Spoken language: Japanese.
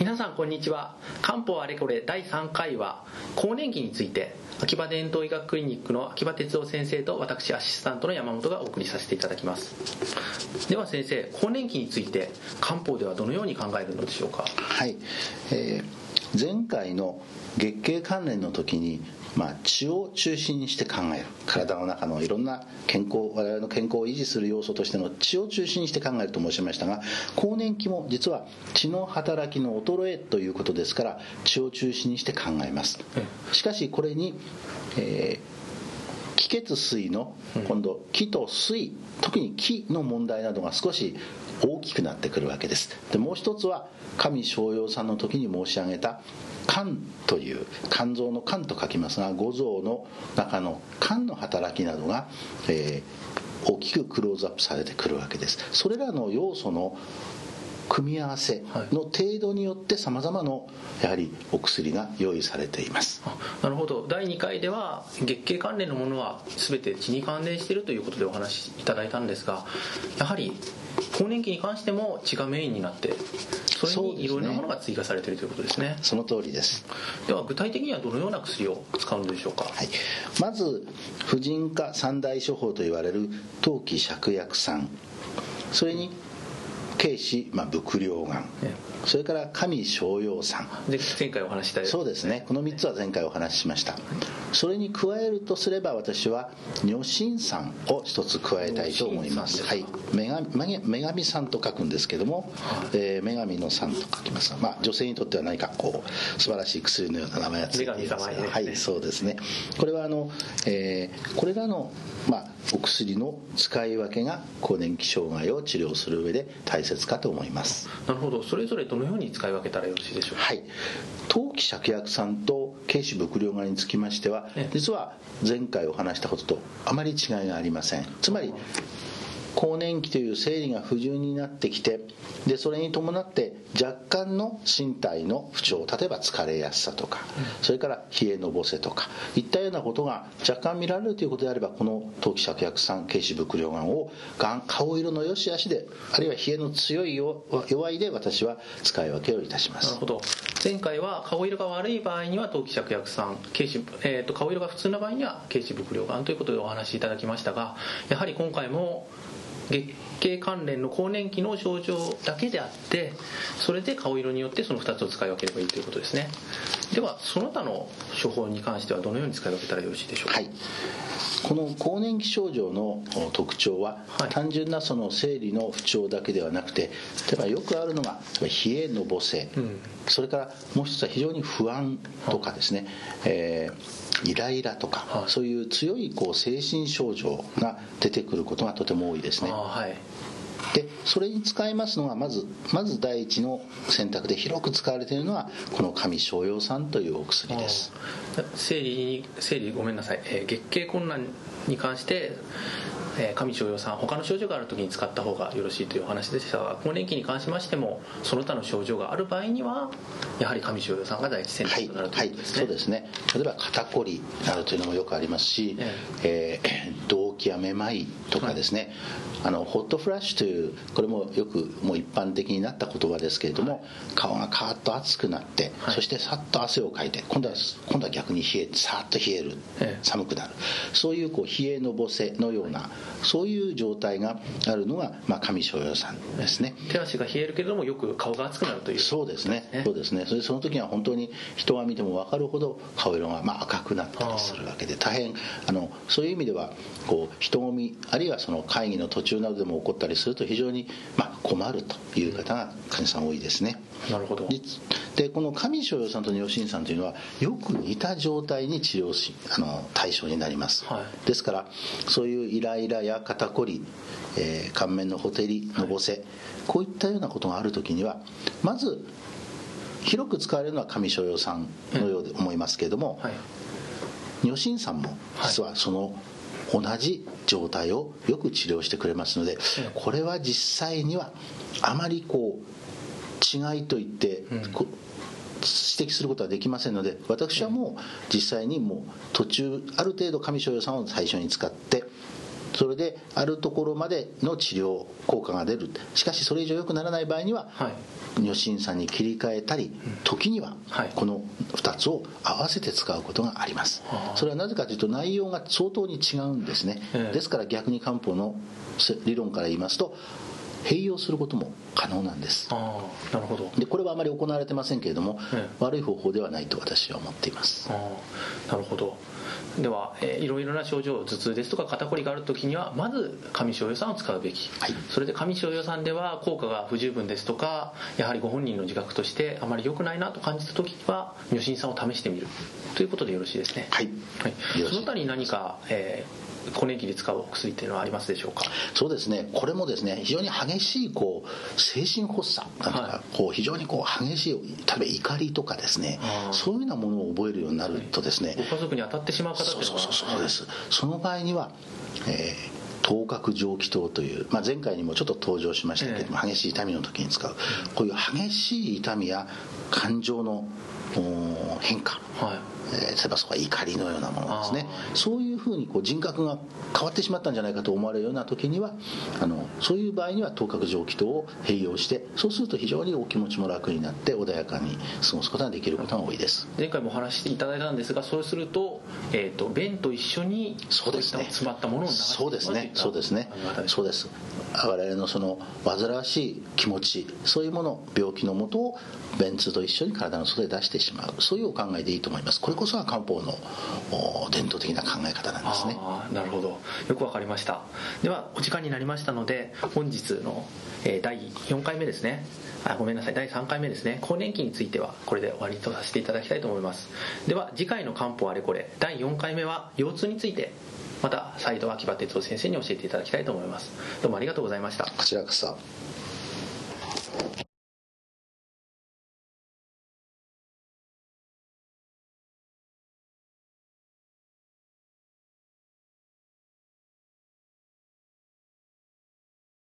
皆さんこんにちは。漢方あれこれ第3回は更年期について、秋葉伝統医学クリニックの秋葉哲夫先生と私アシスタントの山本がお送りさせていただきます。では先生、更年期について漢方ではどのように考えるのでしょうか。 はい、前回の月経関連の時に血を中心にして考える、体の中のいろんな我々の健康を維持する要素としての血を中心にして考えると申しましたが、更年期も実は血の働きの衰えということですから血を中心にして考えます。しかしこれに、気血水の今度気と水、特に気の問題などが少し大きくなってくるわけです。でもう一つは上逍遙さんの時に申し上げた肝という、肝臓の肝と書きますが、五臓の中の肝の働きなどが、大きくクローズアップされてくるわけです。それらの要素の組み合わせの程度によって様々なやはりお薬が用意されています。 なるほど。第2回では月経関連のものは全て血に関連しているということでお話しいただいたんですが、やはり更年期に関しても血がメインになって、それにいろいろなものが追加されているということですね。 その通りです。 では具体的にはどのような薬を使うのでしょうか。 はい、まず婦人科三大処方といわれる当帰芍薬散、それに軽視伏量丸、それから上逍遙散、 前回お話したそうですね、この3つは前回お話ししました。それに加えるとすれば、私は女神散を一つ加えたいと思います。はい、女神散と書くんですけども、女神の散と書きますが、女性にとっては何かこう素晴らしい薬のような名前がついていますが、はい、そうですね。これはこれらのお薬の使い分けが更年期障害を治療する上で大切かと思います。 なるほど。それぞれどのように使い分けたらよろしいでしょうか。 はい、当帰芍薬散と軽視伏量丸につきましては、実は前回お話したこととあまり違いがありません。つまり更年期という生理が不順になってきて、でそれに伴って若干の身体の不調、例えば疲れやすさとか、それから冷えのぼせとかいったようなことが若干見られるということであれば、この当帰芍薬散軽視伏量丸を顔色の良し悪しで、あるいは冷えの強い弱いで私は使い分けをいたします。 なるほど。前回は顔色が悪い場合には当帰芍薬散、顔色が普通な場合には軽視伏量丸ということでお話しいただきましたが、やはり今回も月経関連の更年期の症状だけであって、それで顔色によってその2つを使い分ければいいということですね。ではその他の処方に関してはどのように使い分けたらよろしいでしょうか。 はい、この更年期症状の特徴は、単純なその生理の不調だけではなくて、例えばよくあるのが冷えのぼせ、それからもう一つは非常に不安とかですね、イライラとか、そういう強い精神症状が出てくることがとても多いですね。でそれに使いますのがまず第一の選択で広く使われているのはこの上逍遙散というお薬です。 生理ごめんなさい、月経困難に関して上逍遙散、他の症状があるときに使った方がよろしいというお話でしたが、更年期に関しましてもその他の症状がある場合にはやはり上逍遙散が第一選択となるということですね。 そうですね。例えば肩こりなどというのもよくありますし、動悸やめまいとかですね、ホットフラッシュという、これもよくもう一般的になった言葉ですけれども、顔がカーッと熱くなって、そしてさっと汗をかいて、今度は逆にさっと冷える、寒くなる、そういう冷えのぼせのような、そういう状態があるのが上逍遙散ですね。 手足が冷えるけれどもよく顔が熱くなるという、 そうですね。そうですね。その時は本当に人が見ても分かるほど顔色が赤くなったりするわけで、大変そういう意味では人混み、あるいはその会議の途中などでも起こったりすると非常に困るという方が患者さん多いですね。 なるほど。 でこの上逍遙散と女神散というのはよく似た状態に治療対象になります。ですからそういうイライラや肩こり、顔面のほてりのぼせ、こういったようなことがあるときにはまず広く使われるのは上逍遙散のようで思いますけれども、女神散も実はその同じ状態をよく治療してくれますので、これは実際にはあまり違いといって指摘することはできませんので、私はもう実際にもう途中ある程度上逍遙散を最初に使ってそれであるところまでの治療効果が出る。しかしそれ以上良くならない場合には、如診さんに切り替えたり、時にはこの2つを合わせて使うことがあります。それはなぜかというと内容が相当に違うんですね。ですから逆に漢方の理論から言いますと併用することも可能なんです。 なるほど。 でこれはあまり行われてませんけれども、悪い方法ではないと私は思っています。 なるほど。では、いろいろな症状、頭痛ですとか肩こりがあるときにはまず上昇葉酸を使うべき、それで上昇葉酸では効果が不十分ですとか、やはりご本人の自覚としてあまり良くないなと感じたときには如診さんを試してみるということでよろしいですね。その他に何か、更年期で使うお薬っていうのはありますでしょうか。 そうですね、これもですね、非常に激しい精神発作なんとか、非常に激しい、例えば怒りとかですね、そういうようなものを覚えるようになるとですね、 ご家族に当たってしまう方っていうのはそうです。その場合には、頭角蒸気湯という、前回にもちょっと登場しましたけども、激しい痛みの時に使うこういう激しい痛みや感情の変化、例えばそこは怒りのようなものですね、そういうふうに人格が変わってしまったんじゃないかと思われるような時にはそういう場合には頭角蒸気湯を併用して、そうすると非常にお気持ちも楽になって穏やかに過ごすことができることが多いです。 前回もお話していただいたんですが、そうすると、便と一緒にそういった詰まったものを流していく。 そうですね。我々のその煩わしい気持ち、そういうもの、病気のもとを便通と一緒に体の外へ出してしまう、そういうお考えでいいと思います。これこそが漢方の伝統的な考え方なんですね。 なるほど、よくわかりました。ではお時間になりましたので、本日の第4回目ですね、ごめんなさい、第3回目ですね、更年期についてはこれで終わりとさせていただきたいと思います。では次回の漢方あれこれ第4回目は腰痛について、また再度秋葉哲夫先生に教えていただきたいと思います。どうもありがとうございました。 こちらこそ。